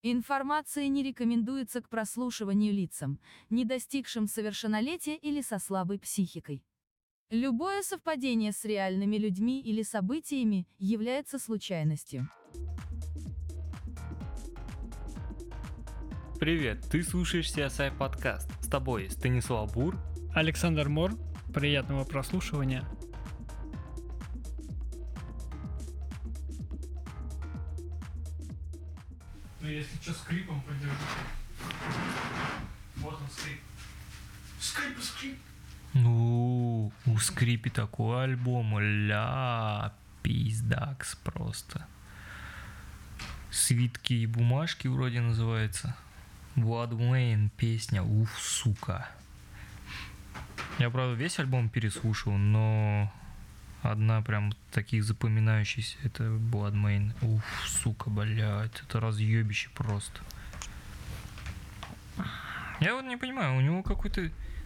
Информация не рекомендуется к прослушиванию лицам, не достигшим совершеннолетия или со слабой психикой. Любое совпадение с реальными людьми или событиями является случайностью. Привет, ты слушаешь CSI подкаст. С тобой Станислав Бур, Александр Мор. Приятного прослушивания. Ну, если что, скрипом поддержу. Вот он скрип. Скрип. Ну, у Скрипи такой альбом, пиздакс просто. Свитки и бумажки вроде называется. Bloodwayne песня, сука. Я, правда, весь альбом переслушал, но одна прям таких запоминающихся, это Bloodwayne. Сука, блядь, это разъебище просто. Я вот не понимаю, у него какой-то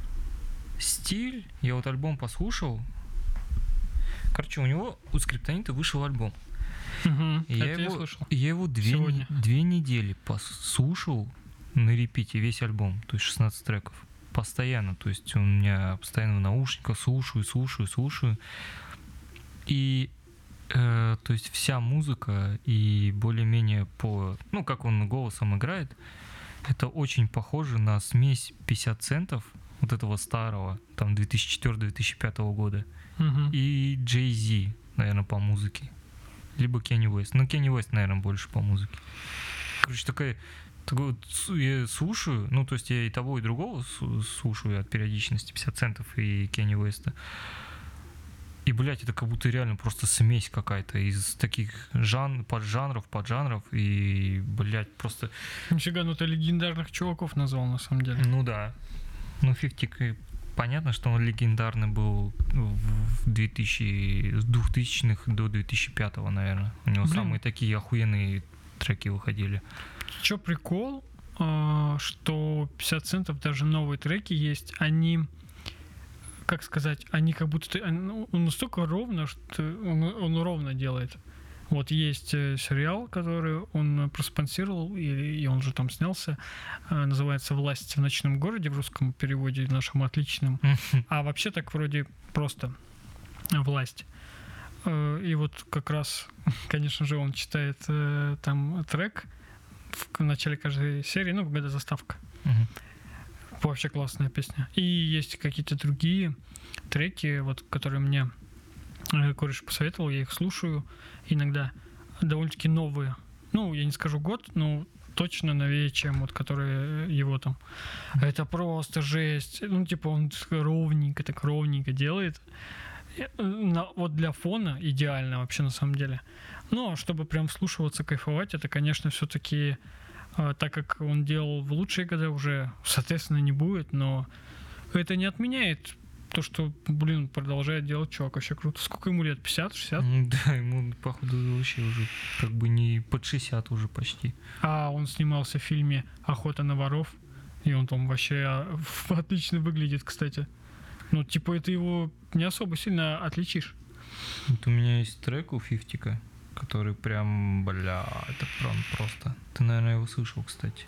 стиль, я вот альбом послушал. Короче, у Скриптонита вышел альбом. Я его две недели послушал на репите весь альбом, то есть 16 треков. Постоянно, то есть у меня постоянно в наушниках слушаю. И то есть вся музыка и более-менее как он голосом играет, это очень похоже на смесь 50 центов, вот этого старого, там 2004-2005 года, и Jay-Z, наверное, по музыке. Либо Kanye West. Но Kanye West, наверное, больше по музыке. Короче, такой я слушаю, то есть я и того, и другого слушаю от периодичности 50 центов и Kanye West. И, блядь, это как будто реально просто смесь какая-то из таких поджанров, и, блядь, просто... Нифига, ты легендарных чуваков назвал, на самом деле. Ну да. 50 понятно, что он легендарный был с 2000-х до 2005, наверное. У него самые такие охуенные треки выходили. Чё прикол, что 50 центов даже новые треки есть, они, как сказать, они как будто... Он настолько ровно, что он ровно делает. Вот есть сериал, который он проспонсировал, и он же там снялся, называется «Власть в ночном городе», в русском переводе нашем отличном, а вообще так вроде просто «Власть». И вот как раз, конечно же, он читает там трек в начале каждой серии, когда заставка. Вообще классная песня. И есть какие-то другие треки, вот, которые мне кореш посоветовал, я их слушаю иногда, довольно-таки новые. Я не скажу год, но точно новее, чем вот которые его там. Это просто жесть. Он ровненько делает. Вот для фона идеально вообще на самом деле. Но чтобы прям вслушиваться, кайфовать, это, конечно, все-таки, так как он делал в лучшие годы, уже, соответственно, не будет, но это не отменяет то, что, продолжает делать чувак. Вообще круто. Сколько ему лет? 50, 60? Да, ему, походу, вообще уже как бы не под 60 уже почти. А он снимался в фильме «Охота на воров», и он там вообще отлично выглядит, кстати. Это его не особо сильно отличишь. Вот у меня есть трек у 50-ка, который прям, это прям просто. Ты, наверное, его слышал, кстати.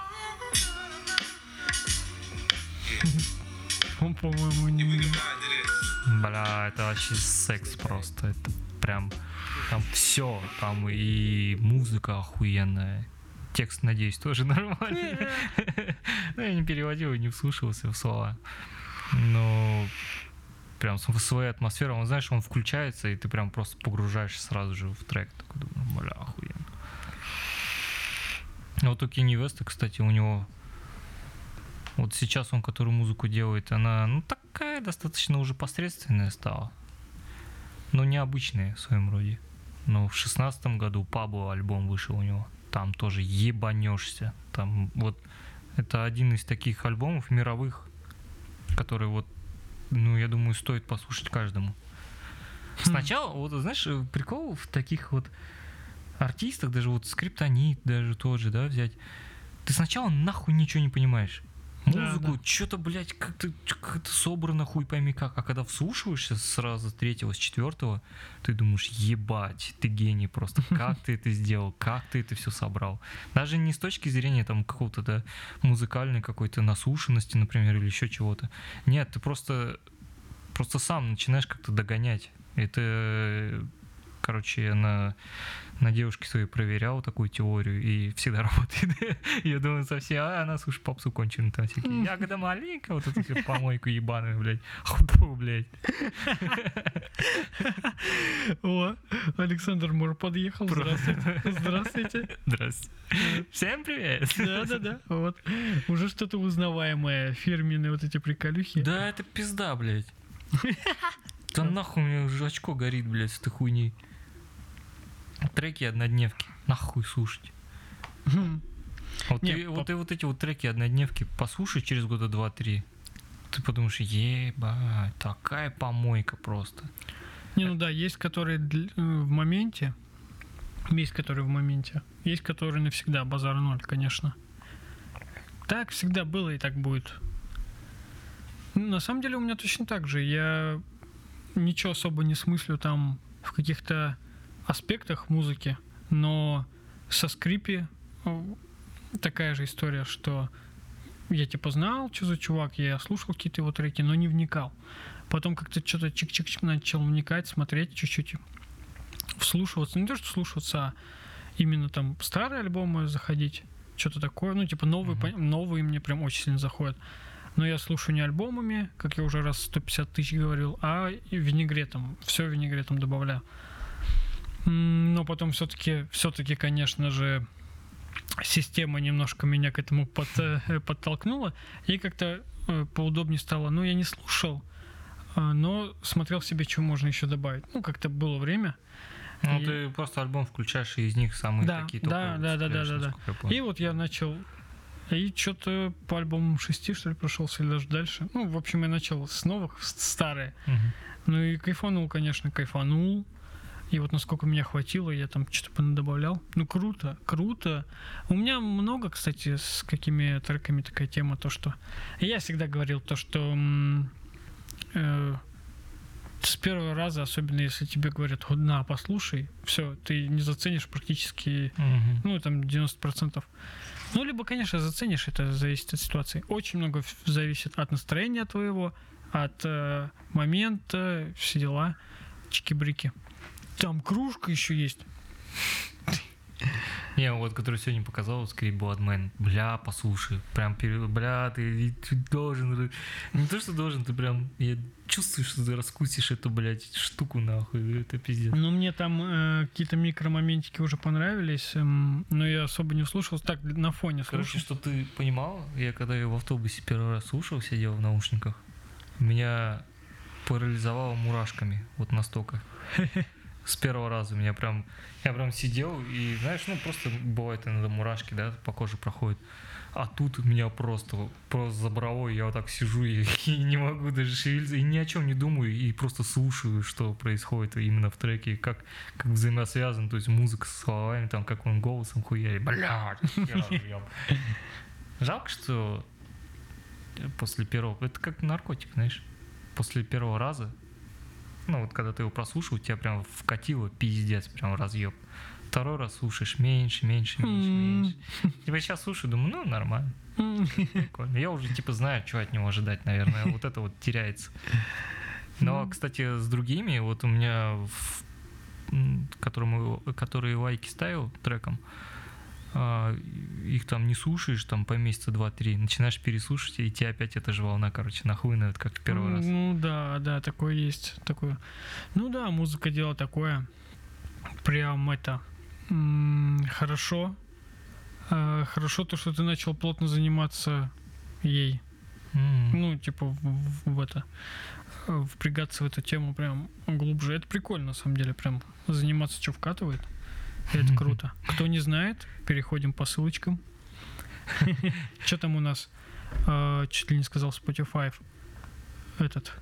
Он, по-моему, не... Это вообще секс просто. Это прям... Там все. Там и музыка охуенная. Текст, надеюсь, тоже нормальный. Я не переводил и не вслушивался в слова. Но прям в свою атмосферу. Он, знаешь, он включается, и ты прям просто погружаешься сразу же в трек. Такой думаю, охуенно. Вот у Kanye West, кстати, у него... Вот сейчас он, которую музыку делает, она, такая достаточно уже посредственная стала. Но необычная в своем роде. Но в 2016 году Pablo альбом вышел у него. Там тоже ебанешься. Там вот это один из таких альбомов мировых, который вот, я думаю, стоит послушать каждому. Сначала, вот, знаешь, прикол в таких вот артистах, даже вот Скриптонит, даже тот же, да, взять. Ты сначала нахуй ничего не понимаешь. Музыку, что-то, блядь, как-то собрано, хуй пойми как. А когда вслушиваешься сразу с 3-го, с 4-го, ты думаешь, ебать, ты гений просто. Как ты это сделал? Как ты это все собрал? Даже не с точки зрения там какого-то, да, музыкальной какой-то насушенности, например, или еще чего-то. Нет, ты просто сам начинаешь как-то догонять. Это... Короче, я на девушке своей проверял такую теорию, и всегда работает. Я думаю, совсем, она, слушай, попсу конченую, там всякие, ягода маленькая, вот эту всю помойку ебаную, блядь, худу, блядь. О, Александр Мур подъехал, здравствуйте. Здравствуйте. Здравствуйте. Всем привет. Да, вот. Уже что-то узнаваемое, фирменные вот эти приколюхи. Да, это пизда, блядь. Да нахуй у меня уже очко горит, блядь, с этой хуйней. Треки однодневки. Нахуй слушать. Вот ты вот эти вот треки однодневки послушай через года 2-3. Ты подумаешь, ебать, такая помойка просто. Не, ну да, есть которые в моменте. Есть которые в моменте. Есть которые навсегда, базар ноль, конечно. Так всегда было и так будет. Ну, на самом деле у меня точно так же. Я ничего особо не смыслю там в каких-то аспектах музыки, но со скрипи такая же история, что я типа знал, что за чувак, я слушал какие-то его треки, но не вникал. Потом как-то что-то чик-чик-чик начал вникать, смотреть чуть-чуть, вслушиваться. Не то, что слушаться, а именно там старые альбомы заходить, что-то такое. Ну, типа новые мне прям очень сильно заходят. Но я слушаю не альбомами, как я уже раз 150 тысяч говорил, а винегретом. Все винегретом добавляю. Но потом все-таки, конечно же, система немножко меня к этому подтолкнула. И как-то поудобнее стало. Ну, я не слушал, но смотрел себе, что можно еще добавить. Ну, как-то было время. Ну, ты просто альбом включаешь, и из них самые такие топовые. Да. И вот я начал... И что-то по альбому 6, что ли, прошелся, или даже дальше. Ну, в общем, я начал с новых, старые. Ну и кайфанул, конечно, кайфанул. И вот насколько меня хватило, я там что-то понадобавлял. Ну, круто. У меня много, кстати, с какими треками такая тема, то, что... Я всегда говорил то, что с первого раза, особенно если тебе говорят, на, послушай, все, ты не заценишь практически, ну, там, 90%. Ну, либо, конечно, заценишь, это зависит от ситуации. Очень много зависит от настроения твоего, от момента, все дела, чики-брики. Там кружка еще есть. Не, вот, который сегодня показал, скрипт Bloodman. Бля, послушай. Прям, бля, ты должен... Не то, что должен, ты прям... Я чувствую, что ты раскусишь эту, блядь, штуку, нахуй. Это пиздец. Ну, мне там какие-то микромоментики уже понравились, но я особо не слушал. Так, на фоне слушал. Короче, что ты понимал, я когда ее в автобусе первый раз слушал, сидел в наушниках, меня парализовало мурашками. Вот настолько. С первого раза я прям сидел и, знаешь, ну просто бывает иногда мурашки, да, по коже проходят. А тут меня просто забрало, я вот так сижу и не могу даже шевелиться, и ни о чем не думаю, и просто слушаю, что происходит именно в треке, как взаимосвязан, то есть музыка со словами, там, как он голосом хуярит, блядь, жалко, что после первого, это как наркотик, знаешь, после первого раза, ну вот когда ты его прослушал, тебя прям вкатило пиздец, прям разъеб. Второй раз слушаешь меньше. Типа сейчас слушаю, думаю, ну нормально. Прикольно. Я уже типа знаю, что от него ожидать, наверное. Вот это вот теряется. Но, кстати, с другими, вот у меня, которые лайки ставил треком, их там не слушаешь, там по месяца 2-3, начинаешь переслушать, и тебе опять эта же волна, короче, нахлынывает, как в первый раз. Ну да, такое есть. Такое. Ну да, музыка дело такое. Прям это хорошо. Хорошо то, что ты начал плотно заниматься ей. Ну, типа впрягаться в эту тему прям глубже. Это прикольно, на самом деле, прям заниматься, что вкатывает. Это круто. Кто не знает, переходим по ссылочкам. Что там у нас? Чуть ли не сказал Spotify. Этот.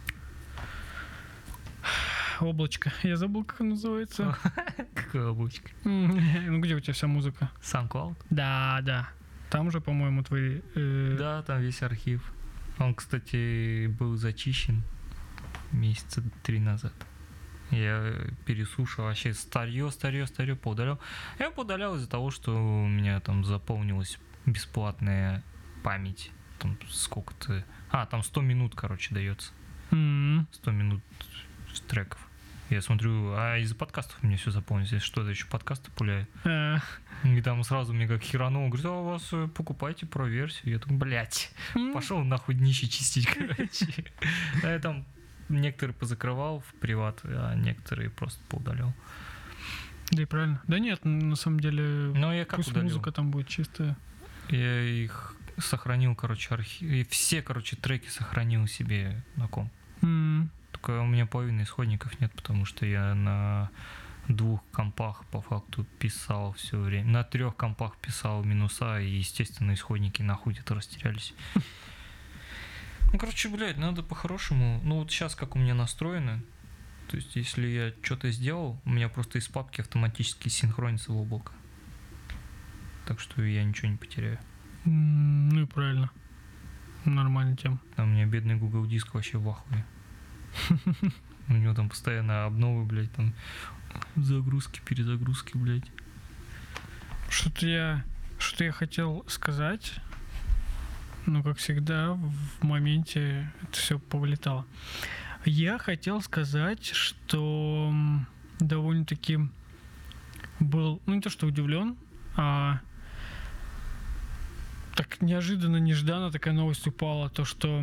Облачко. Я забыл, как оно называется. Какое облачко? Ну, где у тебя вся музыка? SoundCloud? Да. Там же, по-моему, твои... Да, там весь архив. Он, кстати, был зачищен месяца 3 назад. Я переслушал, вообще старье поудалял. Я поудалял из-за того, что у меня там заполнилась бесплатная память. Там сколько-то... там 100 минут, короче, дается. 100 минут треков. Я смотрю, из-за подкастов у меня все заполнилось. Если что, это еще подкасты пуляют. И там сразу мне как херануло. Говорит, у вас покупайте про версию. Я думаю, блядь, пошел нахуй днище чистить, короче. Я там некоторые позакрывал в приват, а некоторые просто поудалял. Да и правильно. Да нет, на самом деле, я как пусть удалил? музыка там будет чистая. Я их сохранил, короче, архив. И все, короче, треки сохранил себе на комп. Только у меня половины исходников нет, потому что я на 2 компах по факту писал все время. На 3 компах писал минуса, и, естественно, исходники нахуй где-то растерялись. Короче, блядь, надо по-хорошему. Вот сейчас как у меня настроено, то есть если я что-то сделал, у меня просто из папки автоматически синхронится в облако. Так что я ничего не потеряю. Ну и правильно. Нормальная тема. А у меня бедный Google Диск вообще в ахуе. У него там постоянно обновы, блядь, там загрузки, перезагрузки, блядь. Что-то я хотел сказать, но, как всегда, в моменте это все повылетало. Я хотел сказать, что довольно-таки был, не то что удивлен, а так неожиданно, нежданно такая новость упала, то, что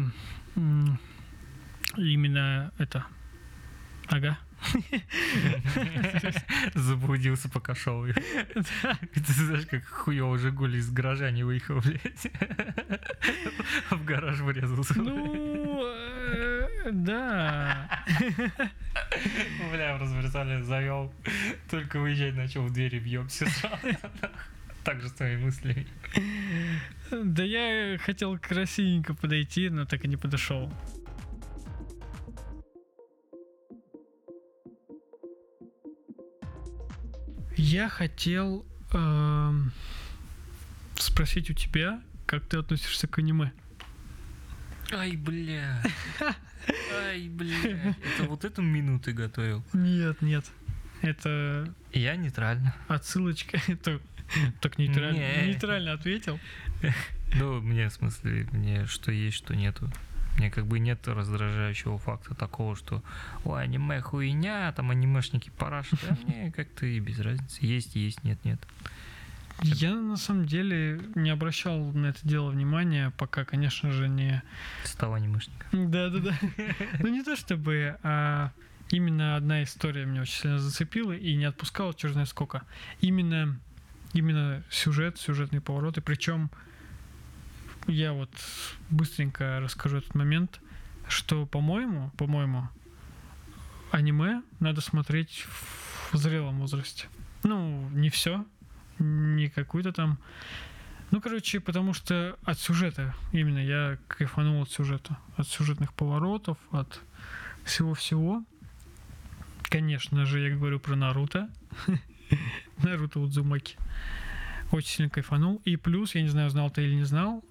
именно это... Ага. Заблудился, пока шел. Ты знаешь, как хуёво «Жигули» из гаража не выехал, блядь. В гараж врезался. Да. Бля, в разбирали, завел. Только выезжать начал, в двери бьемся сразу. Так же с твоими мыслями. Да я хотел красивенько подойти, но так и не подошел. Я хотел спросить у тебя, как ты относишься к аниме? Ай, бля. Это вот эту минуту готовил? Нет. Это... Я нейтрально. Отсылочка. Так нейтрально ответил. Мне, в смысле, мне что есть, что нету. Мне как бы нет раздражающего факта такого, что ой, аниме хуйня, там анимешники парашют. А мне как-то и без разницы. Есть, нет. Я на самом деле не обращал на это дело внимания, пока, конечно же, не... Стал анимешником. Да. Не то чтобы, а именно одна история меня очень сильно зацепила и не отпускала черт знает сколько. Именно сюжетные повороты. Причем я вот быстренько расскажу этот момент, что, по-моему, аниме надо смотреть в зрелом возрасте. Не все, не какую-то там... потому что от сюжета, именно я кайфанул от сюжета, от сюжетных поворотов, от всего-всего. Конечно же, я говорю про Наруто. Наруто Удзумаки. Очень сильно кайфанул. И плюс, я не знаю, знал ты или не знал,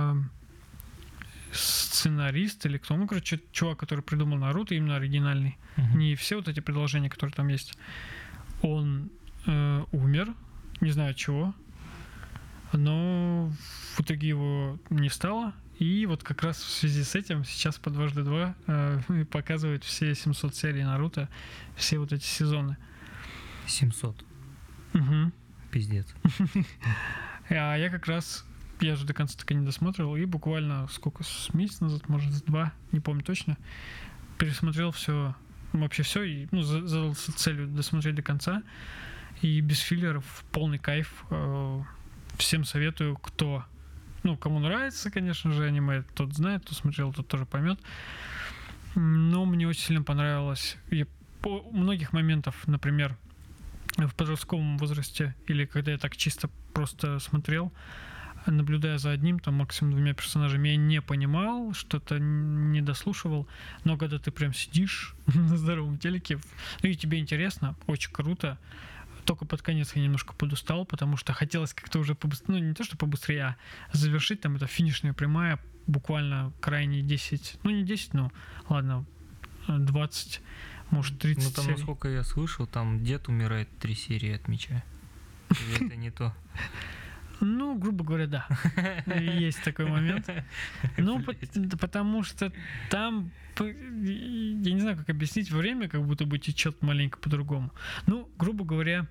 сценарист или кто, чувак, который придумал Наруто, именно оригинальный. Не все вот эти предложения, которые там есть. Он умер, не знаю от чего, но в итоге его не стало. И вот как раз в связи с этим сейчас по 2x2 показывают все 700 серий Наруто, все вот эти сезоны. 700. Угу. Пиздец. А я как раз, я же до конца так и не досматривал, и буквально с месяц назад, может, с 2, не помню точно, пересмотрел все, вообще все, и задался целью досмотреть до конца, и без филлеров, полный кайф. Всем советую, кому нравится, конечно же, аниме, тот знает, кто смотрел, тот тоже поймет. Но мне очень сильно понравилось. Я по многих моментов, например, в подростковом возрасте, или когда я так чисто просто смотрел, наблюдая за одним, там максимум 2 персонажами, я не понимал, что-то не дослушивал, но когда ты прям сидишь на здоровом телеке, и тебе интересно, очень круто, Только под конец я немножко подустал, потому что хотелось как-то уже побыстрее, ну, не то, что побыстрее, а завершить там это финишная прямая, буквально крайние 10, ну, не 10, ну, ладно, 20, может, 30 Ну, там, серий. насколько я слышал, там дед умирает 3 серии от меча. Или это не то? Ну, грубо говоря, да. Есть такой момент. Ну, потому что там, я не знаю, как объяснить, время как будто бы течет маленько по-другому. Ну, грубо говоря,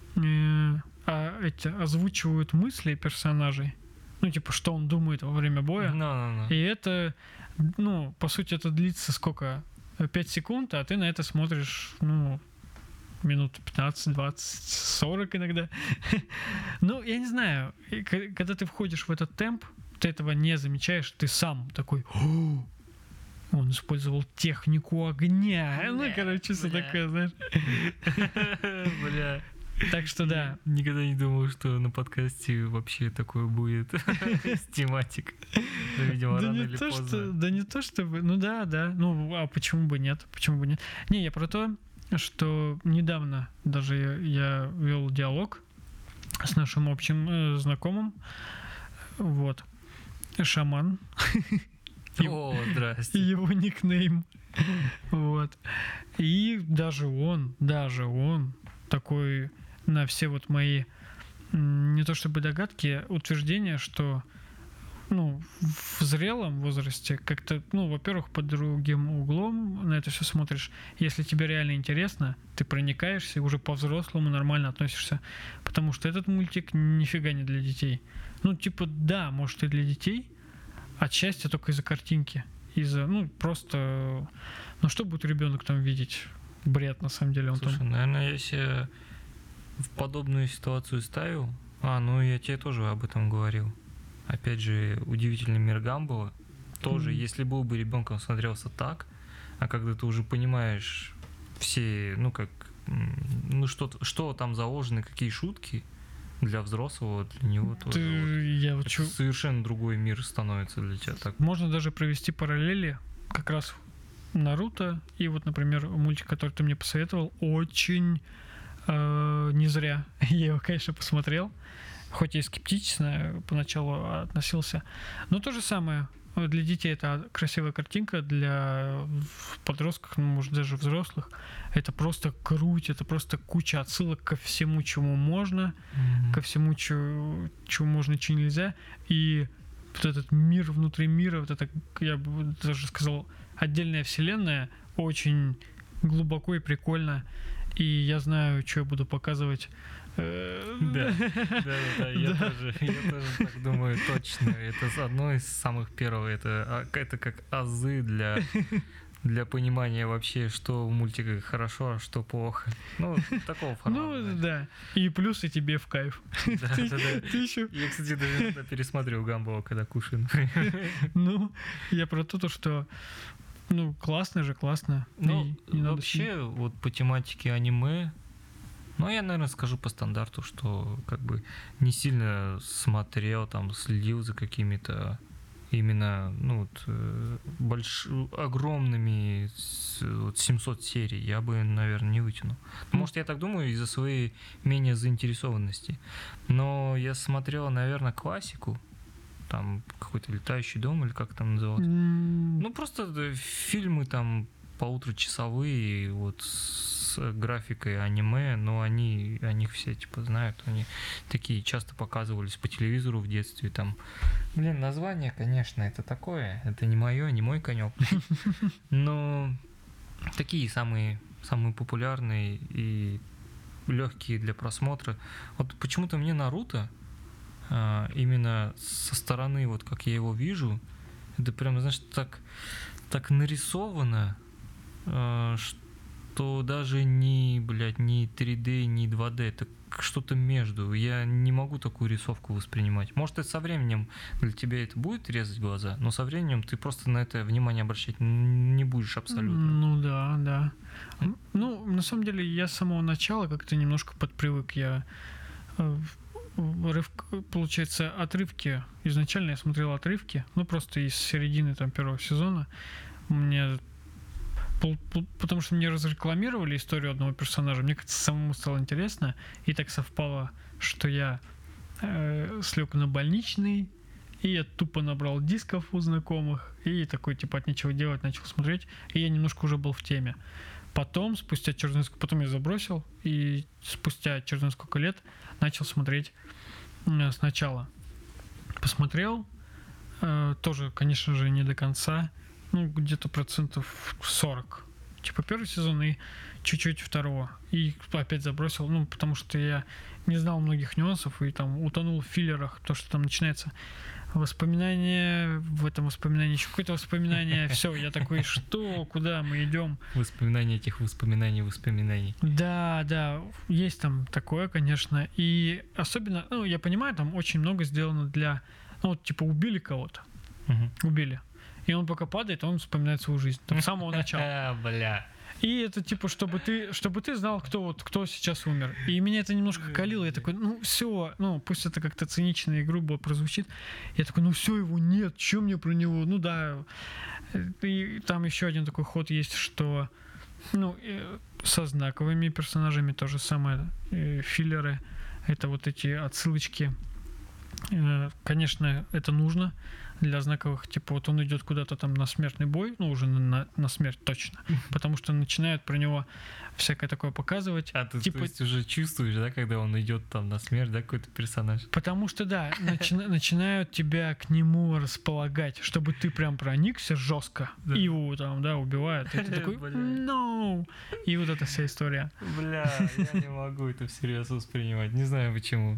озвучивают мысли персонажей. Ну, типа, что он думает во время боя. И это, ну, по сути, это длится сколько? 5 секунд, а ты на это смотришь, ну, минут 15, 20, 40 иногда. Ну, я не знаю, когда ты входишь в этот темп, ты этого не замечаешь, ты сам такой: он использовал технику огня. Ну, короче, все такое, знаешь. Бля. Так что да. Никогда не думал, что на подкасте вообще такое будет с тематикой. Но, видимо, рано или поздно. Да не то, чтобы... Ну да. Ну, а почему бы нет? Почему бы нет? Не, я про то, что недавно даже я вел диалог с нашим общим знакомым. Вот. Шаман. О, здрасте. Его никнейм. Вот. И даже он такой на все вот мои не то чтобы догадки, утверждения, что, ну, в зрелом возрасте как-то, ну, во-первых, под другим углом на это все смотришь. Если тебе реально интересно, ты проникаешься и уже по-взрослому нормально относишься. Потому что этот мультик нифига не для детей. Ну, типа, да, может и для детей, отчасти только из-за картинки. Из-за, ну, просто... Ну, что будет ребенок там видеть? Бред, на самом деле. Слушай, наверное, если в подобную ситуацию ставил... ну, я тебе тоже об этом говорил. Опять же, удивительный мир Гамбола. Тоже, если был бы ребенком смотрелся так, а когда ты уже понимаешь все, ну, как... Ну, что там заложены, какие шутки для взрослого, для него тоже. Совершенно другой мир становится для тебя. Так. Можно даже провести параллели как раз Наруто и вот, например, мультик, который ты мне посоветовал, очень не зря. Я его, конечно, посмотрел, хоть и скептично поначалу относился. Но то же самое. Для детей это красивая картинка, для подростков, ну, может, даже взрослых, это просто круть, это просто куча отсылок ко всему, чему можно, ко всему, чему можно, чего нельзя. И вот этот мир внутри мира, вот это, я бы даже сказал, отдельная вселенная, очень глубоко и прикольно. И я знаю, что я буду показывать. Да, я тоже так думаю, точно. Это одно из самых первых. Это как азы для понимания вообще, что в мультиках хорошо, а что плохо. Ну, такого формата. Ну, да. И плюсы тебе в кайф. Да. Я, кстати, даже иногда пересмотрел Гамбола, когда кушаю. Ну, я про то, что... Ну, классно же, классно. Ну, вообще, вот по тематике аниме, ну, я, наверное, скажу по стандарту, что как бы не сильно смотрел, там, следил за какими-то именно, ну, вот, огромными 700 серий я бы, наверное, не вытянул. Может, я так думаю, из-за своей менее заинтересованности. Но я смотрел, наверное, классику, там какой-то «Летающий дом» или как там называлось. Ну, просто фильмы там полуторачасовые, вот с графикой аниме, но о них все, типа, знают, они такие часто показывались по телевизору в детстве, там, название, конечно, это такое, это не мое, не мой конек, но такие самые популярные и легкие для просмотра. Вот почему-то мне Наруто именно со стороны, вот как я его вижу, это прям, знаешь, так нарисовано, что даже не 3D, не 2D, это что-то между. Я не могу такую рисовку воспринимать. Может, это со временем для тебя это будет резать глаза, но со временем ты просто на это внимание обращать не будешь абсолютно. Ну да. Ну, на самом деле, я с самого начала как-то немножко подпривык. Я получается, отрывки. Изначально я смотрел отрывки, ну, просто из середины там первого сезона. Мне потому что мне разрекламировали историю одного персонажа, мне как-то самому стало интересно, и так совпало, что я слег на больничный, и я тупо набрал дисков у знакомых, и такой, типа, от нечего делать начал смотреть, и я немножко уже был в теме. Потом я забросил, и спустя через несколько лет начал смотреть сначала. Посмотрел, тоже, конечно же, не до конца, где-то 40%. Типа первый сезон и чуть-чуть второго. И опять забросил, потому что я не знал многих нюансов и там утонул в филлерах, то, что там начинается воспоминание, в этом воспоминании еще какое-то воспоминание, все, я такой, что, куда мы идем? Воспоминания этих воспоминаний. Да, есть там такое, конечно, и особенно, я понимаю, там очень много сделано для, типа убили кого-то, убили, и он пока падает, он вспоминает свою жизнь, там, с самого начала. Бля. И это типа, чтобы ты знал, кто сейчас умер. И меня это немножко калило. Я такой, все, пусть это как-то цинично и грубо прозвучит. Я такой, все, его нет, что мне про него? Да. И там еще один такой ход есть, что со знаковыми персонажами то же самое. Филлеры, это вот эти отсылочки. Конечно, это нужно для знаковых, типа вот он идет куда-то там на смертный бой, уже на смерть точно, потому что начинают про него всякое такое показывать. А ты типа, то есть уже чувствуешь, да, когда он идет там на смерть, да, какой-то персонаж? Потому что, да, начинают тебя к нему располагать, чтобы ты прям проникся жестко, и его там, да, убивают, и ты такой, no! И вот эта вся история. Бля, я не могу это всерьез воспринимать, не знаю почему.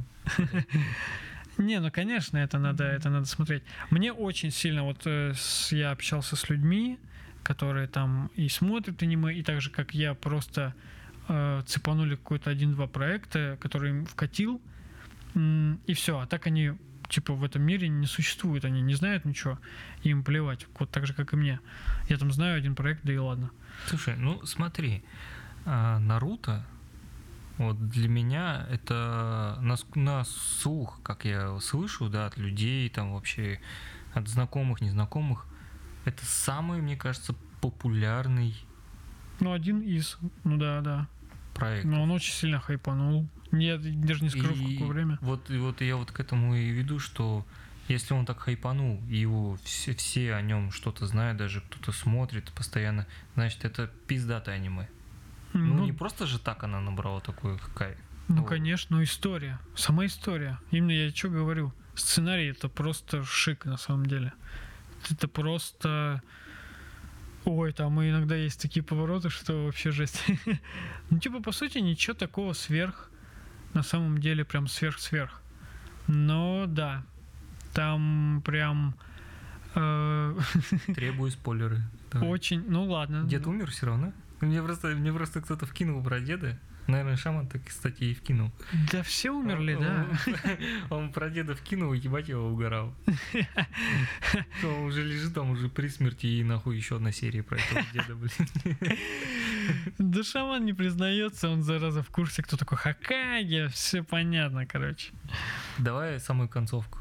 Не, конечно, это надо смотреть. Мне очень сильно, я общался с людьми, которые там и смотрят аниме, и так же, как я, просто цепанули какой-то 1-2 проекта, которые им вкатил, и все. А так они, типа, в этом мире не существуют, они не знают ничего, им плевать, вот так же, как и мне. Я там знаю 1 проект, да и ладно. Слушай, смотри, Наруто, вот для меня это на слух, как я слышу, да, от людей, там вообще от знакомых, незнакомых, это самый, мне кажется, популярный один из, да. Проект. Но он очень сильно хайпанул. Я даже не скажу, в какое время. Вот я к этому и веду, что если он так хайпанул, и его все о нем что-то знают, даже кто-то смотрит постоянно, значит, это пиздатое аниме. Не просто же так она набрала такой кайф. Конечно, история. Сама история. Именно я что говорю. Сценарий — это просто шик на самом деле. Это просто... Ой, там иногда есть такие повороты, что вообще жесть. По сути, ничего такого на самом деле прям сверх. Но да, там прям... Требую спойлеры. Давай. Очень, ладно. Дед умер все равно? Мне просто кто-то вкинул про деда. Наверное, Шаман так, кстати, и вкинул. Да все умерли, да. Он про деда вкинул, и ебать его угорал. Он уже лежит там уже при смерти, и нахуй еще одна серия про этого деда, блин. Да Шаман не признается, он, зараза, в курсе, кто такой Хокаге, все понятно, короче. Давай самую концовку.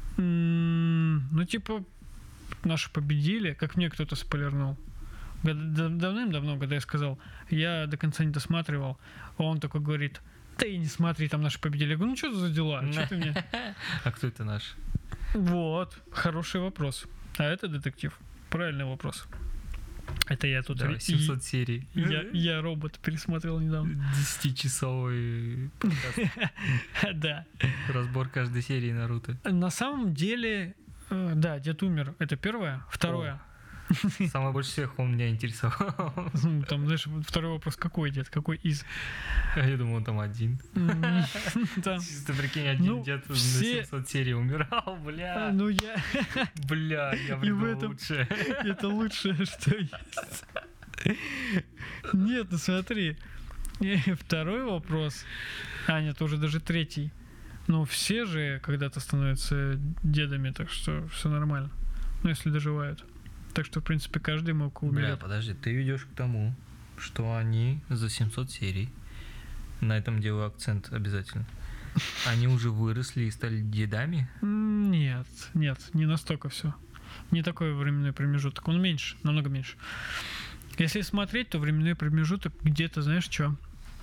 Наши победили, как мне кто-то спойлернул. Давным-давно, когда я сказал, я до конца не досматривал, он такой говорит, да и не смотри, там наши победили. Я говорю, что за дела? Что ты мне? А кто это наш? Вот, хороший вопрос. А это детектив. Правильный вопрос. Это я тут... 700 серий. Я робот пересмотрел недавно. 10-часовой подкаст. Да. Разбор каждой серии Наруто. На самом деле, да, дед умер. Это первое. Второе. Самое больше всех он меня интересовал. Там, знаешь, второй вопрос, какой дед? Какой из? Я думал, он там один. Чисто прикинь, один дед на 700 серий умирал, бля. Бля, я придумал лучше. Это лучшее, что есть. Нет, смотри. Второй вопрос. Нет, уже даже третий. Все же когда-то становятся дедами, так что все нормально. Если доживают. Так что, в принципе, каждый мог умереть. Бля, подожди, ты ведешь к тому, что они за 700 серий, на этом делаю акцент обязательно, они уже выросли и стали дедами? Нет, не настолько все. Не такой временной промежуток, он меньше, намного меньше. Если смотреть, то временной промежуток где-то, знаешь, что?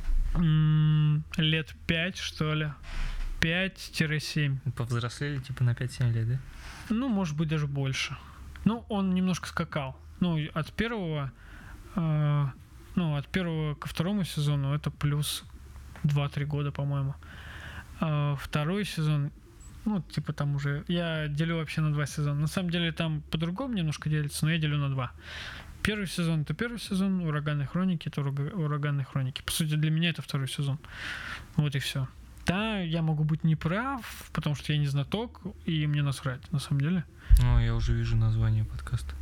Лет 5, что ли. 5-7. Повзрослели типа на 5-7 лет, да? Ну, может быть, даже больше. Ну, он немножко скакал. Ну, от первого ко второму сезону это плюс 2-3 года, по-моему. Второй сезон, ну, типа там уже... Я делю вообще на 2 сезона. На самом деле там по-другому немножко делится, но я делю на 2. Первый сезон — это первый сезон, «Ураганные хроники» — это «Ураганные хроники». По сути, для меня это второй сезон. Вот и все. Да, я могу быть неправ, потому что я не знаток, и мне насрать, на самом деле. Ну, я уже вижу название подкаста.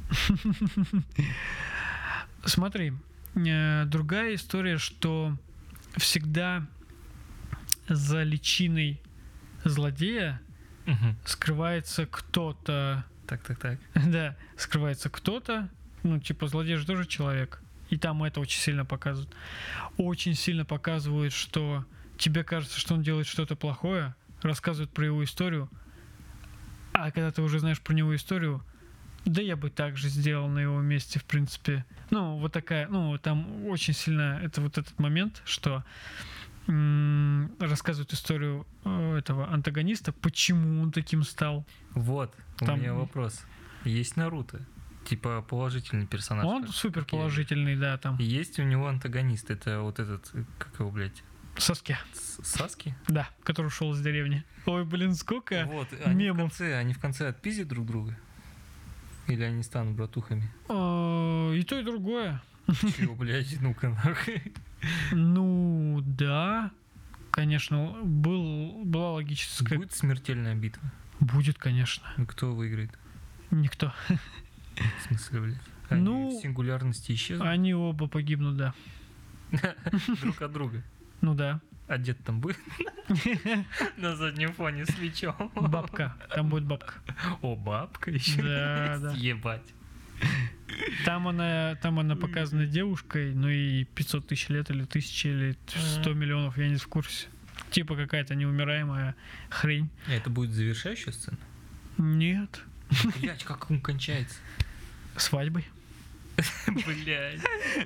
Смотри, другая история, что всегда за личиной злодея скрывается кто-то. Так. Да, скрывается кто-то. Ну, типа, злодей же тоже человек. И там это очень сильно показывают. Очень сильно показывают, что тебе кажется, что он делает что-то плохое, рассказывают про его историю, а когда ты уже знаешь про него историю, да я бы так же сделал на его месте, в принципе. Ну, вот такая, ну, там очень сильно, это вот этот момент, что рассказывают историю этого антагониста, почему он таким стал. Вот, там... у меня вопрос. Есть Наруто, типа положительный персонаж. Он супер положительный, да, там. И есть у него антагонист, это вот этот, как его, блядь? Саске. Саски? Да, который ушел из деревни. Ой, блин, сколько вот, мемов. Они в конце отпиздят друг друга? Или они станут братухами? И то, и другое. Чего, блядь, ну-ка нахуй. Ну, да. Конечно, была логическая... Будет смертельная битва? Будет, конечно. И кто выиграет? Никто. В смысле, блядь? Они в сингулярности исчезнут? Они оба погибнут, да. Друг от друга? Ну да. А дед там будет? На заднем фоне с мечом. Бабка. Там будет бабка. О, бабка еще. Да. Ебать. Там она показана девушкой, ну и 500 тысяч лет, или 1000, или 100 миллионов, я не в курсе. Типа какая-то неумираемая хрень. Это будет завершающая сцена? Нет. Блять, как он кончается? Свадьбой. Блять.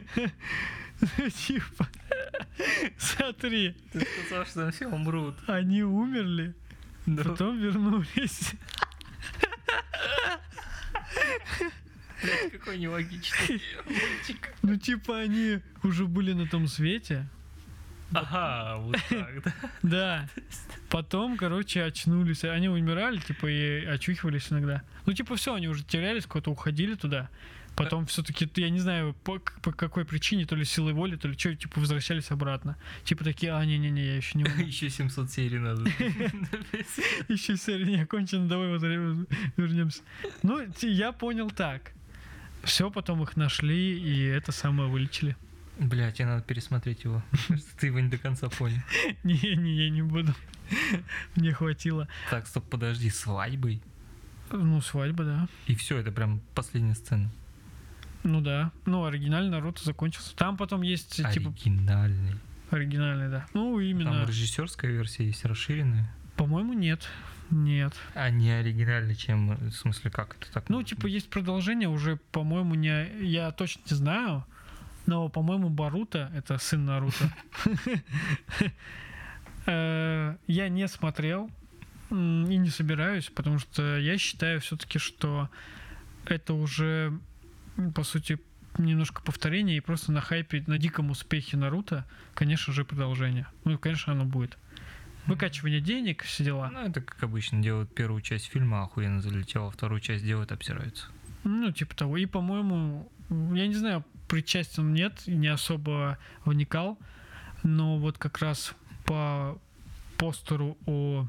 Типа, смотри. Ты сказал, что там все умрут. Они умерли, потом вернулись. Блять, какой нелогичный мультик. Ну, типа, они уже были на том свете. Ага, вот так, да? Да. Потом, короче, очнулись. Они умирали, типа, и очухивались иногда. Ну, типа, все, они уже терялись, куда-то уходили туда. Потом все-таки, я не знаю, по какой причине, то ли силой воли, то ли что, типа, возвращались обратно. Типа такие, не-не-не, я еще не умер. Еще 700 серий надо. Еще серия не окончена, давай вот вернемся. Ну, я понял так. Все, потом их нашли, и это самое вылечили. Блять, тебе надо пересмотреть его. Кажется, ты его не до конца понял. Не, я не буду. Мне хватило. Так, стоп, подожди, свадьбой? Ну, свадьба, да. И все, это прям последняя сцена. Ну да. Ну, оригинальный Наруто закончился. Там потом есть, типа... Оригинальный. Оригинальный, да. Ну, именно... Там режиссерская версия есть, расширенная? По-моему, нет. Нет. А не оригинальный, чем... В смысле, как это так? Ну, типа, есть продолжение уже, по-моему, не... Я точно не знаю, но, по-моему, Боруто — это сын Наруто. Я не смотрел и не собираюсь, потому что я считаю все-таки, что это уже, по сути, немножко повторение, и просто на хайпе, на диком успехе Наруто, конечно же, продолжение. Ну, конечно, оно будет. Выкачивание денег, все дела. Ну, это как обычно делают первую часть фильма, охуенно залетела, вторую часть делают, обсираются. Ну, типа того. И, по-моему, я не знаю, причастен нет, не особо вникал, но вот как раз по постеру о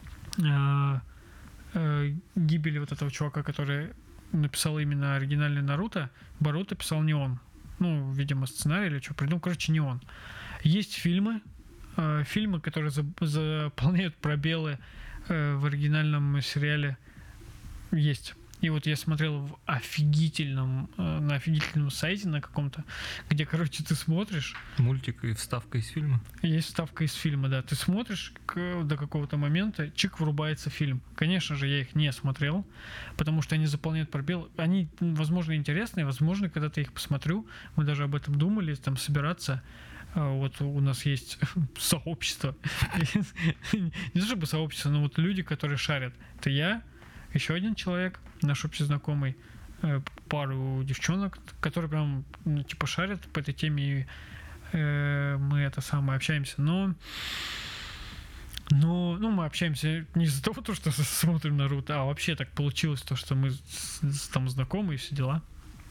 гибели вот этого чувака, который написал именно оригинальный Наруто, Боруто писал не он. Ну, видимо, сценарий или что придумал. Короче, не он. Есть фильмы, которые заполняют пробелы в оригинальном сериале. Есть. И вот я смотрел в на офигительном сайте на каком-то, где, короче, ты смотришь... Мультик и вставка из фильма? Есть вставка из фильма, да. Ты смотришь до какого-то момента, чик, врубается фильм. Конечно же, я их не смотрел, потому что они заполняют пробел. Они, возможно, интересные, возможно, когда-то я их посмотрю. Мы даже об этом думали, там, собираться. Вот у нас есть сообщество. Не то чтобы сообщество, но вот люди, которые шарят. Это я, еще один человек, наш общий знакомый, пару девчонок, которые прям, типа, шарят по этой теме, и мы общаемся, но мы общаемся не из-за того, что смотрим Наруто, а вообще так получилось, то, что мы там знакомы и все дела.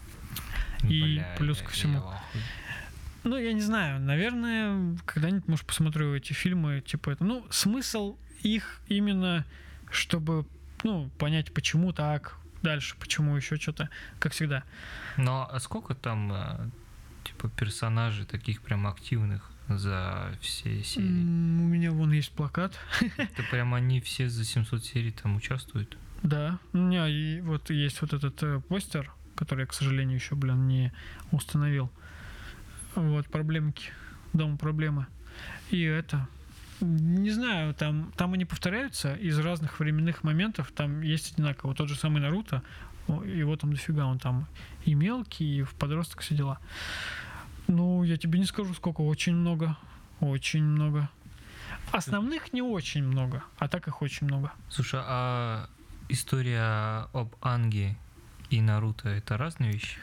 И плюс ко всему... Ну, я не знаю, наверное, когда-нибудь, может, посмотрю эти фильмы, типа это. Ну, смысл их именно, чтобы, понять, почему так, дальше, почему еще что-то, как всегда. Ну, а сколько там, типа, персонажей таких прям активных за все серии? У меня вон есть плакат. Это прям они все за 700 серий там участвуют? Да, у меня и вот есть вот этот постер, который я, к сожалению, еще, не установил. Вот, проблемки. Дома проблемы. И это... Не знаю, там они повторяются из разных временных моментов. Там есть одинаково. Тот же самый Наруто, его там дофига. Он там и мелкий, и в подросток все дела. Ну, я тебе не скажу, сколько. Очень много. Очень много. Основных не очень много, а так их очень много. Слушай, а история об Анге и Наруто — это разные вещи?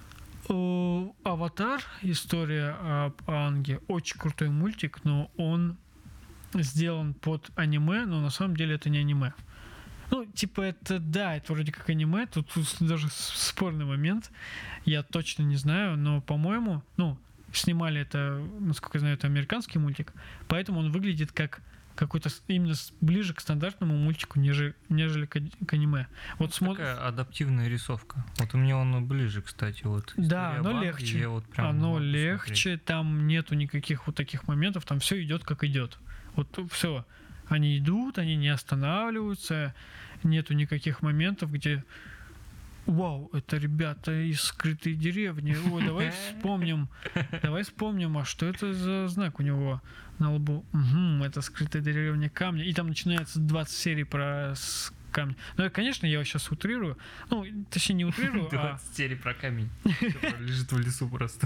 Аватар, история об Аанге, очень крутой мультик, но он сделан под аниме, но на самом деле это не аниме. Ну, типа, это вроде как аниме, тут даже спорный момент, я точно не знаю, но, по-моему, снимали это, насколько я знаю, это американский мультик, поэтому он выглядит как какой-то именно ближе к стандартному мультику, нежели к аниме. Вот такая адаптивная рисовка. Вот у меня он ближе, кстати. Вот да, оно легче. Оно легче, смотреть. Там нету никаких вот таких моментов, там все идет как идет. Вот все. Они идут, они не останавливаются, нету никаких моментов, где вау, это ребята из скрытой деревни. Ой, давай вспомним, а что это за знак у него на лбу? Это скрытая деревня камня. И там начинается 20 серий про камень. Ну, конечно, я сейчас утрирую. Ну, точнее, не утрирую, 20 серий про камень. Лежит в лесу просто.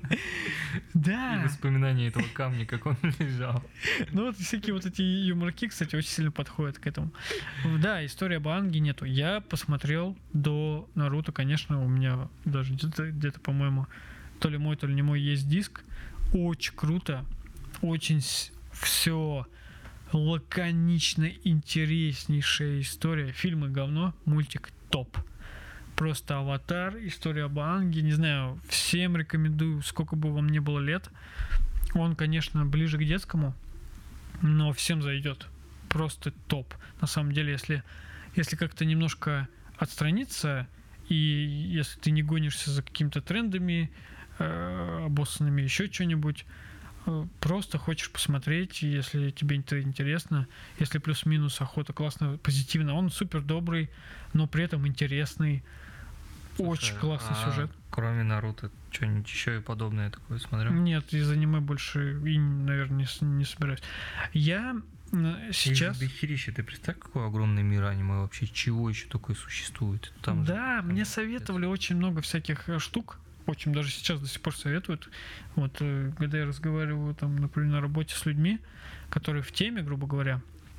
Да. И воспоминания этого камня, как он лежал. Ну, вот всякие вот эти юморки, кстати, очень сильно подходят к этому. Да, истории об Аанге нету. Я посмотрел до Наруто, конечно, у меня даже где-то, по-моему, то ли мой, то ли не мой есть диск. Очень круто. Очень все лаконично интереснейшая история. Фильмы говно, мультик топ. Просто Аватар, история об Аанге. Не знаю, всем рекомендую, сколько бы вам ни было лет. Он, конечно, ближе к детскому, но всем зайдет. Просто топ. На самом деле, если как-то немножко отстраниться, и если ты не гонишься за какими-то трендами, обоссанными, еще что-нибудь, просто хочешь посмотреть, если тебе это интересно, если плюс-минус охота, классно, позитивно. Он супер добрый, но при этом интересный. Слушай, очень классный сюжет. Кроме Наруто, что-нибудь еще и подобное такое смотрел? Нет, из аниме больше и, наверное, не собираюсь. Я сейчас... Дохерища, ты представь, какой огромный мир аниме вообще, чего еще такое существует? Там да, мне советовали очень много всяких штук. Очень даже сейчас до сих пор советуют. Вот, когда я разговариваю, там, например, на работе с людьми, которые в теме, грубо говоря,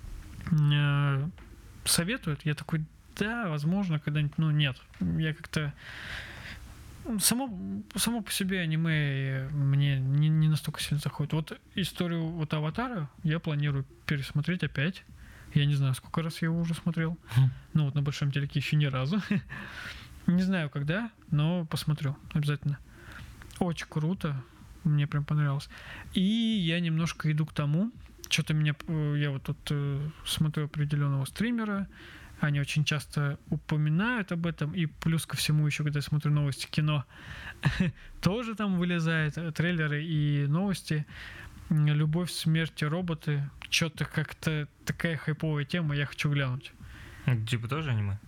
советуют, я такой, да, возможно, когда-нибудь, нет. Я как-то... Само по себе аниме мне не настолько сильно заходит. Вот историю вот Аватара я планирую пересмотреть опять. Я не знаю, сколько раз я его уже смотрел. Ну, вот на большом телеке еще ни разу. Не знаю, когда, но посмотрю обязательно. Очень круто. Мне прям понравилось. И я немножко иду к тому, я вот тут смотрю определенного стримера, они очень часто упоминают об этом, и плюс ко всему еще, когда я смотрю новости кино, тоже там вылезают трейлеры и новости. Любовь, смерть и роботы. Что-то как-то такая хайповая тема, я хочу глянуть. Типа тоже аниме?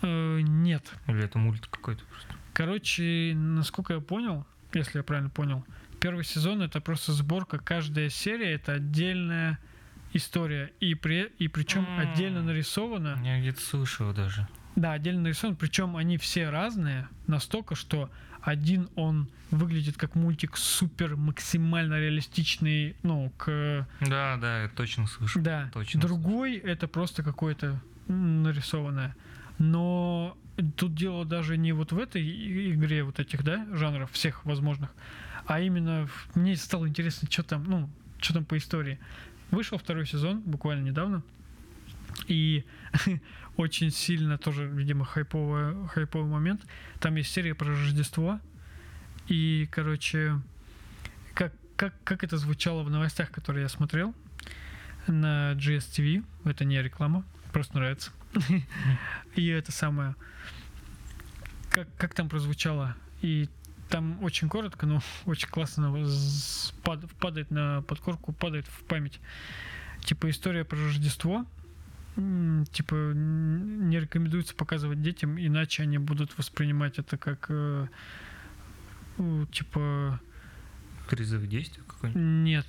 Нет. Или это мульт какой-то просто? Короче, насколько я понял, если я правильно понял, первый сезон — это просто сборка, каждая серия — это отдельная история, и причем отдельно нарисована. Я где-то слышал даже. Да, отдельно нарисован, причем они все разные, настолько, что один он выглядит как мультик супер максимально реалистичный, Да, я точно слышал. Да, точно другой — это просто какое-то нарисованное. Но тут дело даже не вот в этой игре вот этих, да, жанров, всех возможных, а именно мне стало интересно, что там по истории. Вышел второй сезон буквально недавно, и очень сильно тоже, видимо, хайповый момент. Там есть серия про Рождество, и, короче, как это звучало в новостях, которые я смотрел на GSTV, это не реклама, просто нравится. И это самое, как там прозвучало, и там очень коротко, но очень классно падает на подкорку, падает в память. Типа история про Рождество, типа не рекомендуется показывать детям, иначе они будут воспринимать это как типа... Призыв к действию какой-нибудь? Нет.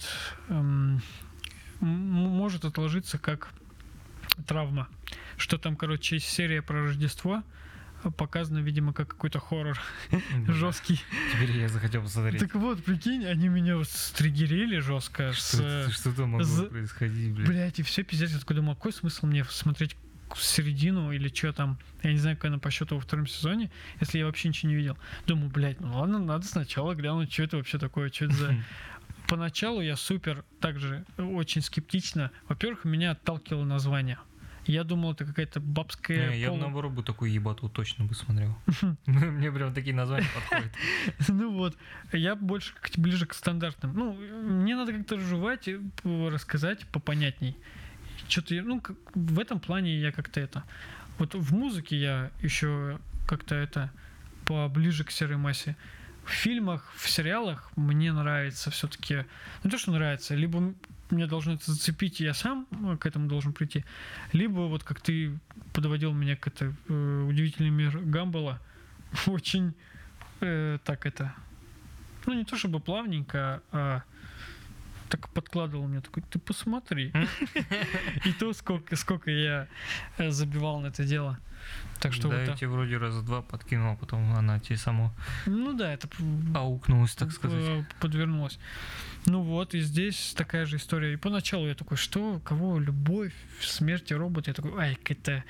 Может отложиться как травма. Что там, короче, серия про Рождество показано, видимо, как какой-то хоррор жесткий. Теперь я захотел посмотреть. Так вот, прикинь, они меня стригерили жестко. Что там могло происходить, блядь? Блядь, и все пиздец. Я такой думал, какой смысл мне смотреть середину или что там? Я не знаю, какая она по счету во втором сезоне, если я вообще ничего не видел. Думаю, блядь, ну ладно, надо сначала глянуть, что это вообще такое, что это за... Поначалу я также очень скептично. Во-первых, меня отталкивало название. Я думал, это какая-то бабская... Я бы наоборот бы такую ебату точно бы смотрел. Мне прям такие названия подходят. Ну вот, я больше ближе к стандартным. Мне надо как-то разжевать, рассказать попонятней. Что-то, в этом плане я как-то это... Вот в музыке я еще как-то это поближе к серой массе. В фильмах, в сериалах мне нравится все-таки... Не то, что нравится, либо меня должно это зацепить, и я сам к этому должен прийти, либо вот как ты подводил меня к это удивительный мир Гамбола, очень не то чтобы плавненько, а так подкладывал мне, такой, ты посмотри. И то, сколько я забивал на это дело. Так что я тебе вроде раза два подкинул, а потом она тебе само это аукнулась, так сказать. Подвернулась. И здесь такая же история. И поначалу я такой, что, кого, любовь, смерть и робот. Я такой, какая-то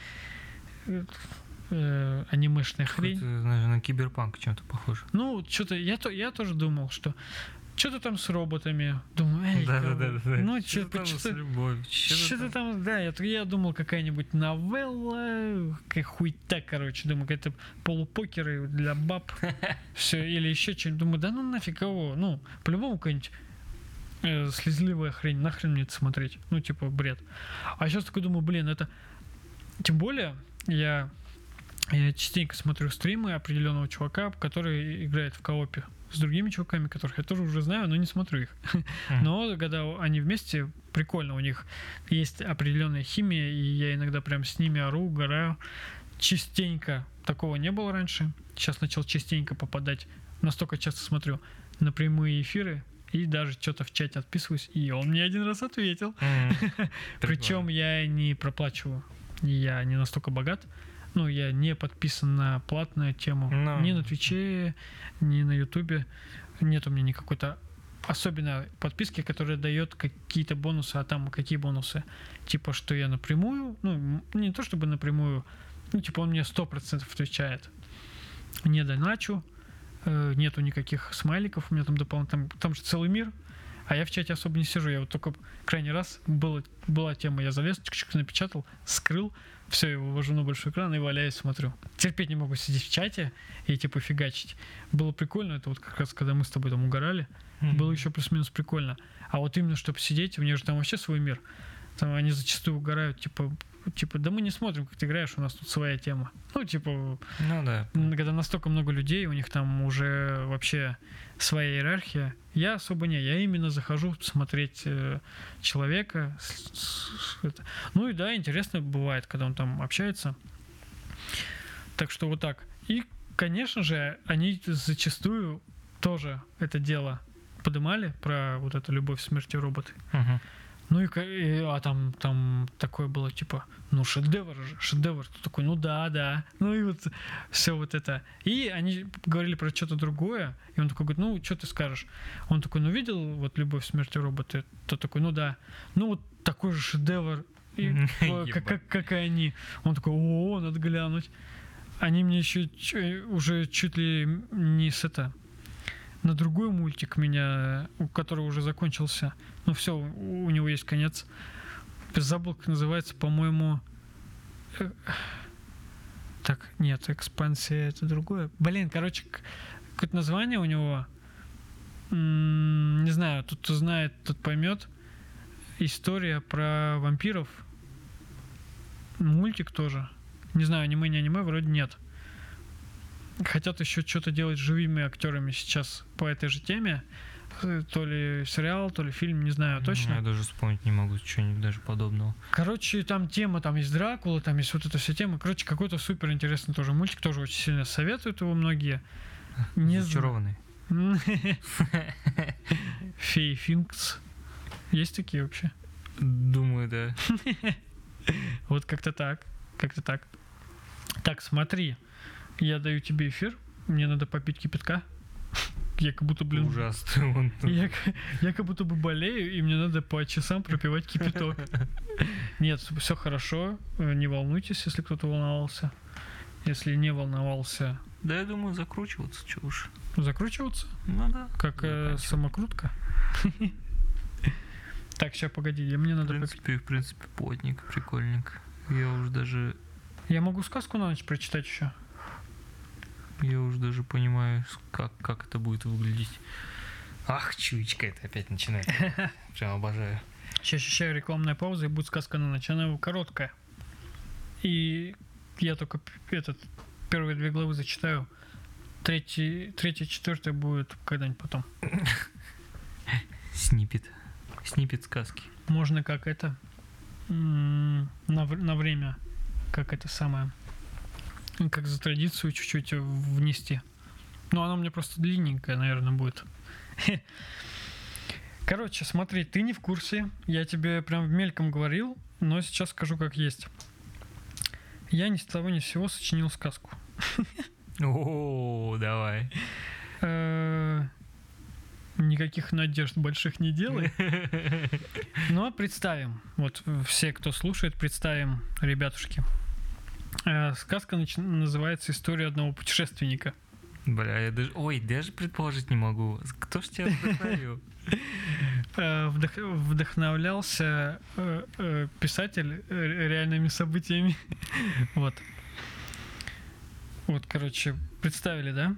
анимешная хрень. Это, наверное, на киберпанк чем-то похоже. Что-то я тоже думал, что что-то там с роботами. Думаю, да. Что-то там с любовью. Что-то там, да, я думал, какая-нибудь новелла, какая хуйта, короче. Думаю, какая-то полупокеры для баб. Все, или еще что-нибудь. Думаю, да нафиг кого. По-любому какая-нибудь слезливая хрень. Нахрен мне это смотреть? Бред. А сейчас такой думаю, это... Тем более, я частенько смотрю стримы определенного чувака, который играет в коопе с другими чуваками, которых я тоже уже знаю, но не смотрю их. Но когда они вместе, прикольно, у них есть определенная химия, и я иногда прям с ними ору, угораю. Частенько. Такого не было раньше. Сейчас начал частенько попадать. Настолько часто смотрю на прямые эфиры, и даже что-то в чате отписываюсь, и он мне один раз ответил. Причем я не проплачиваю. Я не настолько богат. Я не подписан на платную тему. Ни на Твиче, ни на Ютубе. Нет у меня никакой-то особенной подписки, которая дает какие-то бонусы. А там какие бонусы? Типа, что я напрямую, не то чтобы напрямую, он мне 100% отвечает. Не доначу, нету никаких смайликов, у меня там дополнительно, там же целый мир. А я в чате особо не сижу. Я вот только крайний раз была тема, я залез, напечатал, скрыл, все, я вывожу на большой экран и валяюсь, смотрю. Терпеть не могу сидеть в чате и фигачить. Было прикольно, это вот как раз, когда мы с тобой там угорали, было еще плюс-минус прикольно. А вот именно, чтобы сидеть, у них же там вообще свой мир. Там они зачастую угорают, да мы не смотрим, как ты играешь, у нас тут своя тема. Да. Когда настолько много людей, у них там уже вообще своя иерархия. Я особо не, я именно захожу смотреть человека. И да, интересно бывает, когда он там общается. Так что вот так. И, конечно же, они зачастую тоже это дело поднимали про вот эту любовь, смерть и роботы. Ну а там такое было, типа, ну шедевр же, шедевр. Ты такой, ну да. Ну и вот все вот это. И они говорили про что-то другое, и он такой говорит, ну что ты скажешь? Он такой, ну видел вот любовь, смерть и роботы? Тот такой, ну да. Ну вот такой же шедевр, как и они. Он такой, о, надо глянуть. Они мне еще уже чуть ли не с это... На другой мультик меня, который уже закончился. Ну все, у него есть конец. Забыл, как называется, по-моему... Так, нет, экспансия это другое. Блин, короче, какое-то название у него. Не знаю, тот, кто знает, тот поймет. История про вампиров. Мультик тоже. Не знаю, аниме, не аниме, вроде нет. Хотят еще что-то делать с живыми актерами сейчас по этой же теме. То ли сериал, то ли фильм, не знаю точно. Я даже вспомнить не могу чего-нибудь даже подобного. Короче, там тема, там есть Дракула, там есть вот эта вся тема. Короче, какой-то супер интересный тоже мультик, тоже очень сильно советуют его многие. Зачарованный. Фей Финкс. Есть такие вообще? Думаю, да. Вот как-то так. Так, смотри. Я даю тебе эфир, мне надо попить кипятка. Я как будто, блин... Ужасно. Я как будто бы болею, и мне надо по часам пропивать кипяток. Нет, все хорошо, не волнуйтесь, если кто-то волновался. Если не волновался... Да, я думаю, закручиваться, чё уж. Закручиваться? Ну да. Как самокрутка? Так, сейчас, погоди, мне надо... В принципе, плотник, прикольненько. Я уже даже... Я могу сказку на ночь прочитать еще? Я уже даже понимаю, как это будет выглядеть. Ах, чуечка это опять начинает. Прям обожаю. Сейчас рекламная пауза, и будет сказка на ночь. Она короткая. И я только первые 2 главы зачитаю. Третья, 4 будет когда-нибудь потом. Снипет сказки. Можно как это на время, как это самое, как за традицию чуть-чуть внести. Но она у меня просто длинненькая, наверное, будет. Короче, смотри, ты не в курсе. Я тебе прям мельком говорил, но сейчас скажу как есть. Я ни с того ни с сего сочинил сказку. О, давай. Никаких надежд больших не делай. Но представим, вот все, кто слушает, представим, ребятушки. Сказка называется «История одного путешественника». Бля, я даже предположить не могу. Кто ж тебя вдохновил? Вдохновлялся писатель реальными событиями. Вот. Вот, короче, представили, да?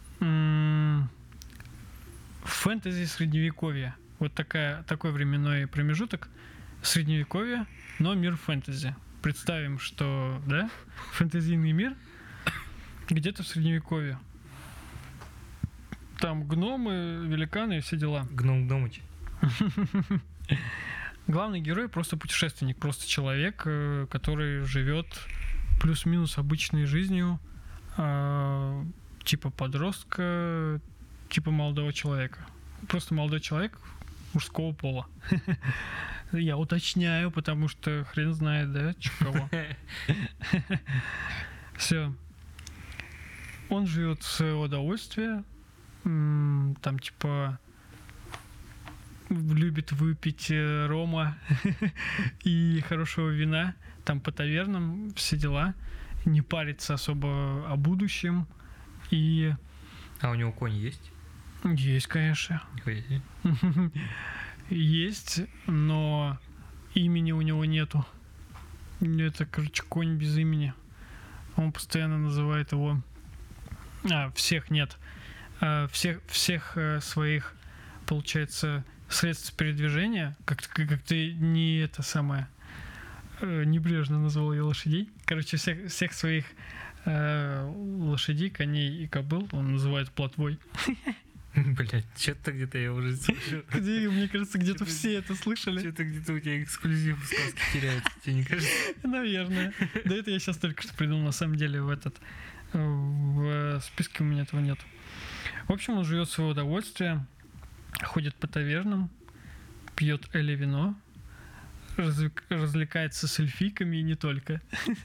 Фэнтези средневековья. Вот такой временной промежуток. Средневековье, но мир фэнтези. Представим, что, да, фэнтезийный мир где-то в средневековье. Там гномы, великаны и все дела. Гном-гномыч. Главный герой просто путешественник, просто человек, который живет плюс-минус обычной жизнью, типа подростка, типа молодого человека. Просто молодой человек мужского пола. Я уточняю, потому что хрен знает, да, кого. Все. Он живет в свое удовольствие. Там типа любит выпить рома и хорошего вина. Там по тавернам все дела. Не парится особо о будущем. И... А у него конь есть? Есть, конечно. Есть, но имени у него нету. Это, короче, конь без имени. Он постоянно называет его... всех нет. Всех своих, получается, средств передвижения, как ты не это самое, небрежно назвал ее лошадей. Короче, всех своих лошадей, коней и кобыл он называет плотвой. Блять, что-то где-то я уже слышал. Где, мне кажется, где-то все это слышали. Что-то где-то у тебя эксклюзив в сказке теряется, тебе не кажется? Наверное. Да это я сейчас только что придумал, на самом деле, в списке у меня этого нет. В общем, он живет в свое удовольствие, ходит по тавернам, пьет эле вино, развлекается с эльфийками и не только.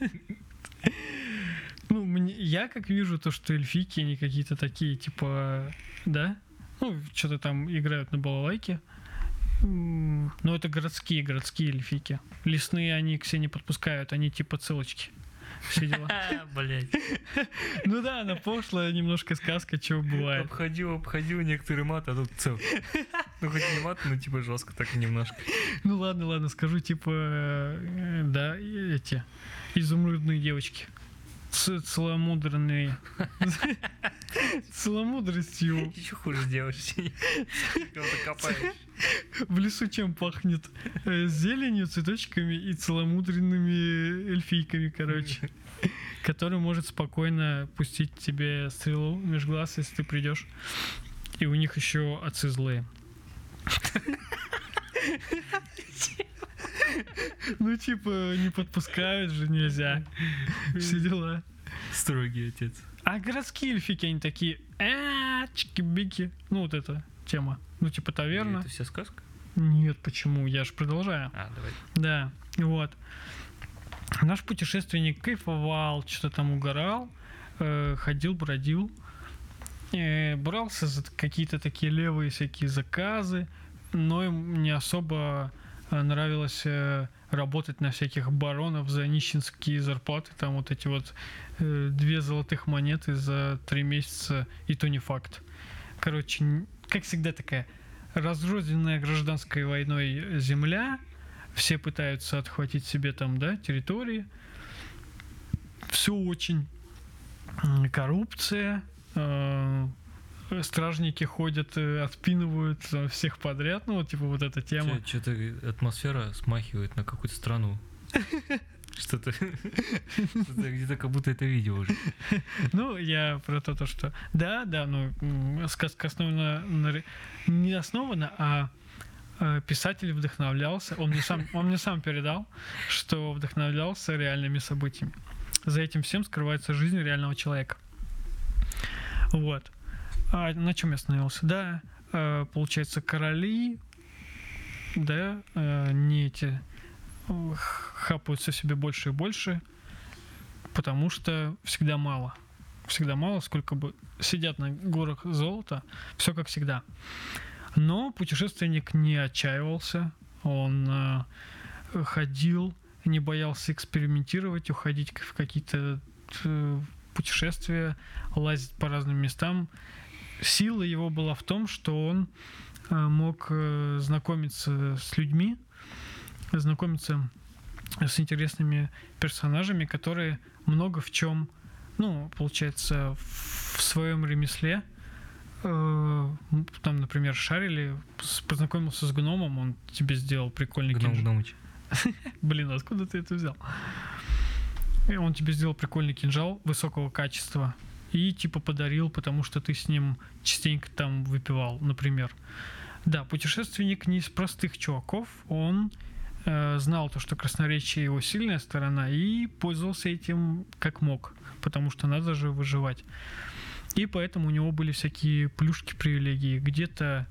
Ну, я как вижу то, что эльфийки, они какие-то такие, типа, да? Ну, что-то там играют на балалайке. Но это городские эльфийки. Лесные они к себе не подпускают, они типа целочки. Все дела. Блять. Ну да, она пошлая, немножко сказка, чего бывает. Обходил некоторые маты, а тут цел. Ну, хоть не мат, но типа жестко так немножко. Ну ладно, скажу, типа, да, эти изумрудные девочки. Целомудренные. Целомудростью. Еще хуже девочки. Кого-то копаешь. В лесу чем пахнет? Зеленью, цветочками и целомудренными эльфийками, короче. Который может спокойно пустить тебе стрелу меж глаз, если ты придешь. И у них еще отцы злые. Ну, типа, не подпускают же, нельзя. Все дела. Строгий отец. А городские эльфики, они такие, чики-бики. Ну, вот эта тема. Ну, типа, таверна. Это вся сказка? Нет, почему? Я же продолжаю. Давай. Да, вот. Наш путешественник кайфовал, что-то там угорал, ходил, бродил, брался за какие-то такие левые всякие заказы, но им не особо нравилось работать на всяких баронов за нищенские зарплаты, там вот эти вот 2 золотых монеты за 3 месяца, и то не факт. Короче, как всегда, такая разрозненная гражданской войной земля, все пытаются отхватить себе там, да, территории, все очень, коррупция, стражники ходят, отпинывают всех подряд, ну, вот, типа, вот эта тема. Что-то атмосфера смахивает на какую-то страну. Что-то где-то как будто это видео уже. Ну, я про то, что... Да, ну, сказка основана... Не основана, а писатель вдохновлялся. Он мне сам передал, что вдохновлялся реальными событиями. За этим всем скрывается жизнь реального человека. Вот. А на чем я остановился? Да, получается, короли, да, не эти хапают все себе больше и больше, потому что всегда мало. Всегда мало, сколько бы сидят на горах золота, все как всегда. Но путешественник не отчаивался, он ходил, не боялся экспериментировать, уходить в какие-то путешествия, лазить по разным местам. Сила его была в том, что он мог знакомиться с людьми, знакомиться с интересными персонажами, которые много в чем, ну, получается, в своем ремесле, там, например, шарили, познакомился с гномом, он тебе сделал прикольный кинжал. Гномыч. Блин, откуда ты это взял? И он тебе сделал прикольный кинжал высокого качества и типа подарил, потому что ты с ним частенько там выпивал, например. Да, путешественник не из простых чуваков, он знал то, что красноречие его сильная сторона, и пользовался этим как мог, потому что надо же выживать. И поэтому у него были всякие плюшки, привилегии, где-то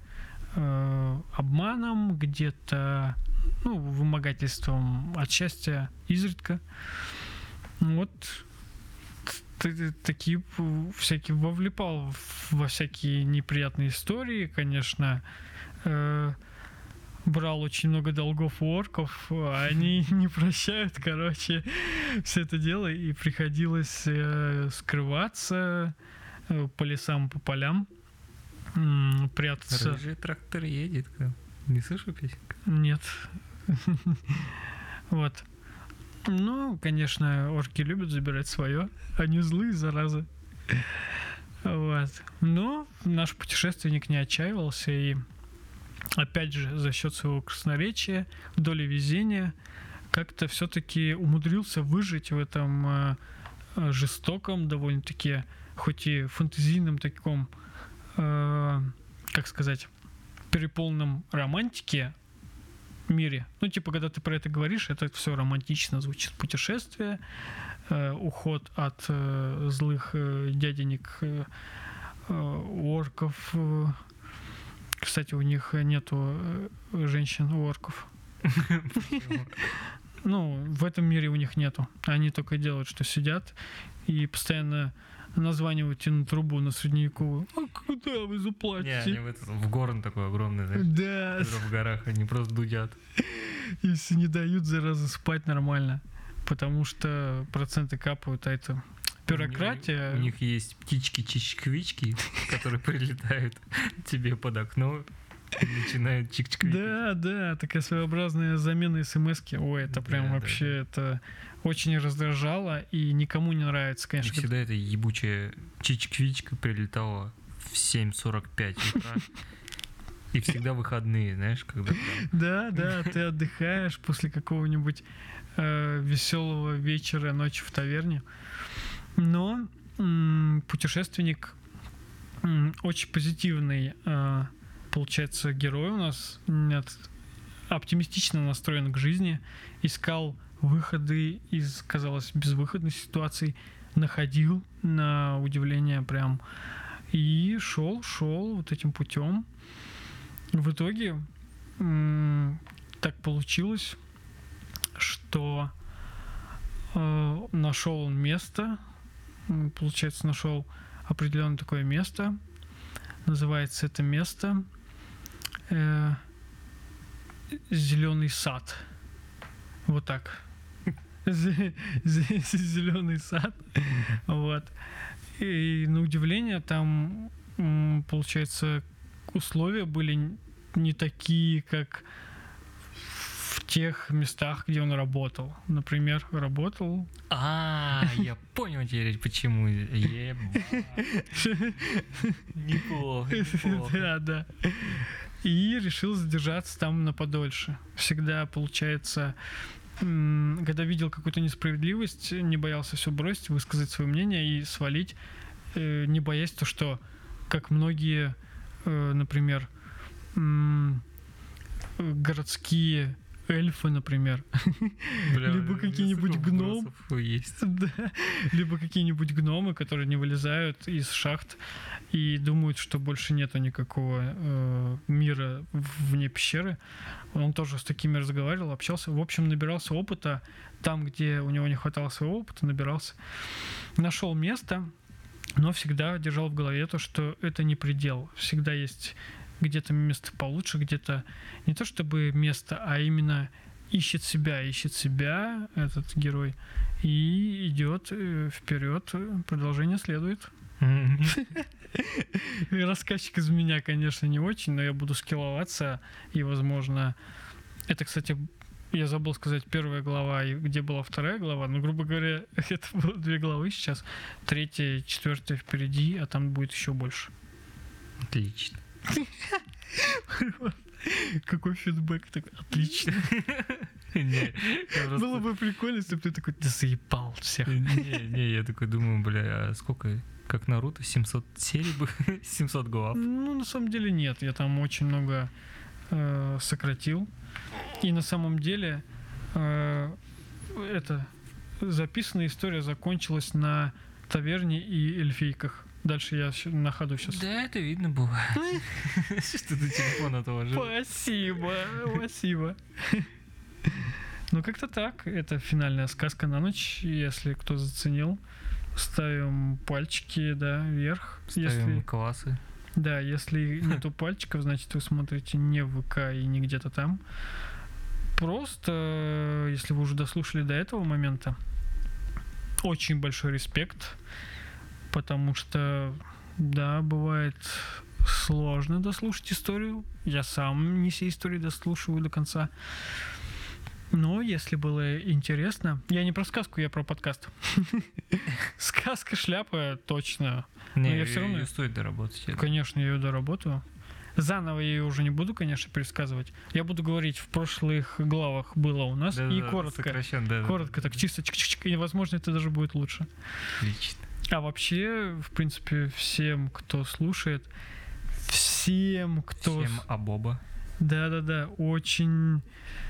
обманом, где-то, ну, вымогательством, от счастья изредка. Вот такие всякие вовлепал во всякие неприятные истории, конечно. Брал очень много долгов у орков, они не прощают, короче, все это дело, и приходилось скрываться по лесам, по полям, прятаться. Рыжий трактор едет. Не слышу песенку? Нет. Вот. Ну, конечно, орки любят забирать свое. Они злые, зараза. Вот. Но наш путешественник не отчаивался, и опять же, за счет своего красноречия, доли везения, как-то все-таки умудрился выжить в этом жестоком, довольно-таки, хоть и фэнтезийном таком как сказать, переполненном романтике мире. Ну, типа, когда ты про это говоришь, это все романтично звучит. Путешествие, уход от злых дяденек, орков. Кстати, у них нету женщин, у орков. Ну, в этом мире у них нету. Они только делают, что сидят и постоянно названивают на трубу на средневековую. А куда вы заплатите? Не, они в горн такой огромный, знаешь, да. в горах, они просто дудят. Если не дают, зараза, спать нормально. Потому что проценты капают, а это бюрократия. У них есть птички-чичквички, которые прилетают тебе под окно и начинают чик-чик. Да, такая своеобразная замена смс-ки. Ой, это прям вообще, это очень раздражало и никому не нравится, конечно. И всегда эта ебучая чичквичка прилетала в 7:45 утра. И всегда выходные, знаешь, когда прям... Да, ты отдыхаешь после какого-нибудь веселого вечера, ночи в таверне. Но путешественник очень позитивный, получается, герой у нас, оптимистично настроен к жизни, искал выходы из, казалось, безвыходной ситуации, находил, на удивление, прям, и шел вот этим путем. В итоге так получилось, что нашел он место, получается, нашел определенное такое место. Называется это место Зеленый сад. Вот так. Зеленый сад. Вот. И на удивление там, получается, условия были не такие, как в тех местах, где он работал. Например, работал... я понял теперь, почему. Неплохо. Да. И решил задержаться там на подольше. Всегда, получается, когда видел какую-то несправедливость, не боялся все бросить, высказать свое мнение и свалить, не боясь то, что, как многие, например, городские эльфы, например, либо какие-нибудь гномы, либо какие-нибудь гномы, которые не вылезают из шахт и думают, что больше нету никакого мира вне пещеры. Он тоже с такими разговаривал, общался. В общем, набирался опыта там, где у него не хватало своего опыта, набирался. Нашел место, но всегда держал в голове то, что это не предел. Всегда есть где-то место получше, где-то не то чтобы место, а именно ищет себя этот герой и идет вперед. Продолжение следует. Рассказчик из меня, конечно, не очень, но я буду скилловаться, и, возможно, это, кстати, я забыл сказать, первая глава, и где была вторая глава, но, грубо говоря, это было 2 главы сейчас, 3-я, 4-я впереди, а там будет еще больше. Отлично. Какой фидбэк такой? Отлично. Было бы прикольно, если бы ты такой, да заебал всех. Не, я такой думаю, бля, а сколько, как Наруто, 700 серий бы, 700 глав? Ну, на самом деле нет, я там очень много сократил. И на самом деле эта записанная история закончилась на таверне и эльфийках. Дальше я на ходу сейчас. Да, это видно было. Что ты телефон отложил. Спасибо. Ну, как-то так. Это финальная сказка на ночь. Если кто заценил, ставим пальчики, да, вверх. Ставим классы. Да, если нету пальчиков, значит, вы смотрите не в ВК и не где-то там. Просто, если вы уже дослушали до этого момента, очень большой респект. Потому что, да, бывает сложно дослушать историю. Я сам не все истории дослушиваю до конца. Но если было интересно... Я не про сказку, я про подкаст. Сказка, шляпа, точно. Не, ее стоит доработать. Конечно, я ее доработаю. Заново я ее уже не буду, конечно, пересказывать. Я буду говорить, в прошлых главах было у нас. И коротко. Коротко, так чисто чик-чик-чик. И, возможно, это даже будет лучше. Отлично. А вообще, в принципе, всем, кто слушает, всем, кто... Всем Абоба. Да-да-да, очень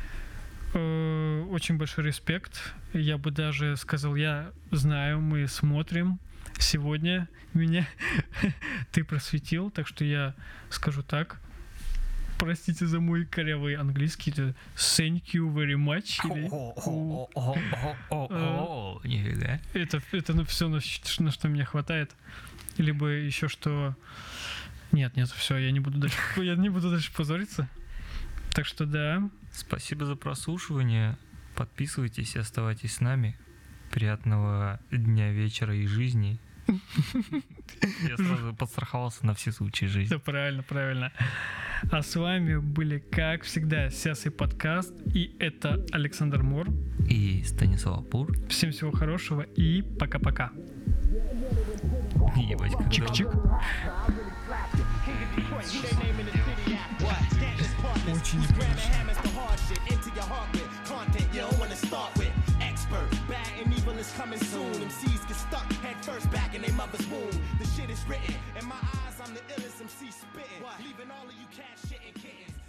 большой респект. Я бы даже сказал, я знаю, мы смотрим. Сегодня меня ты просветил, так что я скажу так. Простите за мой корявый английский. Это thank you very much. Это все, на что меня хватает. Либо еще что... Нет, все, я не буду дальше позориться. Так что да. Спасибо за прослушивание. Подписывайтесь и оставайтесь с нами. Приятного дня, вечера и жизни. Я сразу подстраховался на все случаи жизни. Да, правильно. А с вами были, как всегда, Сясый подкаст. И это Александр Мор. И Станислав Пур. Всем всего хорошего и пока-пока. Ебать, как чик-чик. Очень bad and evil is coming soon. MCs get stuck head first back in their mother's womb. The shit is written. In my eyes, I'm the illest MC spitting. Leaving all of you cats shitting kittens.